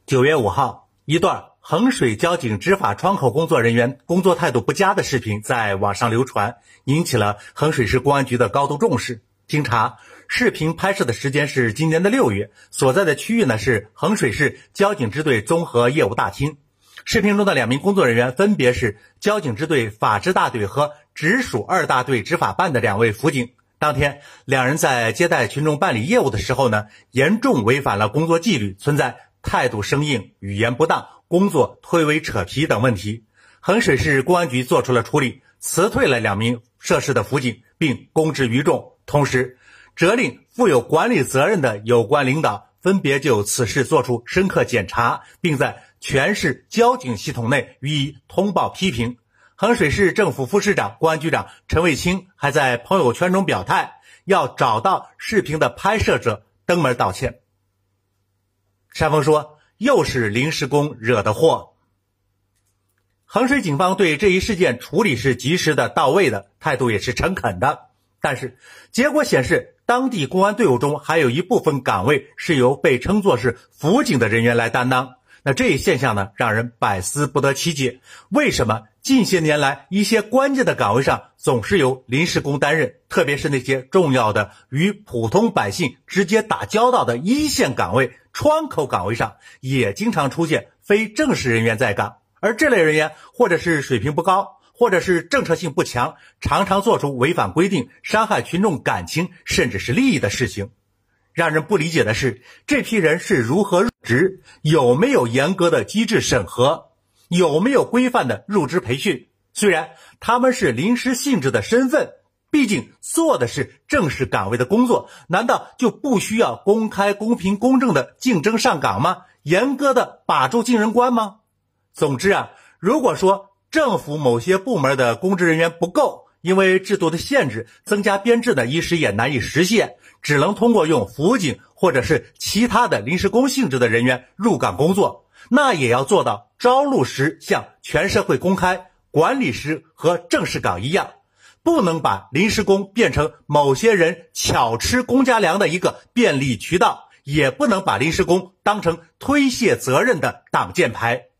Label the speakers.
Speaker 1: 9月5号，一段衡水交警执法窗口工作人员工作态度不佳的视频在网上流传，引起了衡水市公安局的高度重视。经查，视频拍摄的时间是今年的6月，所在的区域呢是衡水市交警支队综合业务大厅。视频中的2名工作人员分别是交警支队法制大队和直属2大队执法办的2位辅警。当天，两人在接待群众办理业务的时候呢，严重违反了工作纪律，存在态度生硬、语言不当、工作推诿扯皮等问题。衡水市公安局作出了处理，辞退了2名涉事的辅警，并公之于众。同时，责令负有管理责任的有关领导分别就此事作出深刻检查，并在全市交警系统内予以通报批评。衡水市政府副市长、公安局长陈卫清还在朋友圈中表态，要找到视频的拍摄者登门道歉。山峰说，又是临时工惹的祸。衡水警方对这一事件处理是及时的、到位的，态度也是诚恳的。但是结果显示，当地公安队伍中还有一部分岗位是由被称作是辅警的人员来担当。那这一现象呢，让人百思不得其解，为什么近些年来一些关键的岗位上总是由临时工担任，特别是那些重要的与普通百姓直接打交道的一线岗位、窗口岗位上，也经常出现非正式人员在岗，而这类人员或者是水平不高，或者是政策性不强，常常做出违反规定、伤害群众感情甚至是利益的事情。让人不理解的是，这批人是如何入职，有没有严格的机制审核，有没有规范的入职培训。虽然他们是临时性质的身份，毕竟做的是正式岗位的工作，难道就不需要公开、公平、公正的竞争上岗吗？严格的把住进人关吗？总之啊，如果说政府某些部门的公职人员不够，因为制度的限制，增加编制呢一时也难以实现，只能通过用辅警或者是其他的临时工性质的人员入岗工作，那也要做到招录时向全社会公开，管理时和正式岗一样，不能把临时工变成某些人巧吃公家粮的一个便利渠道，也不能把临时工当成推卸责任的挡箭牌。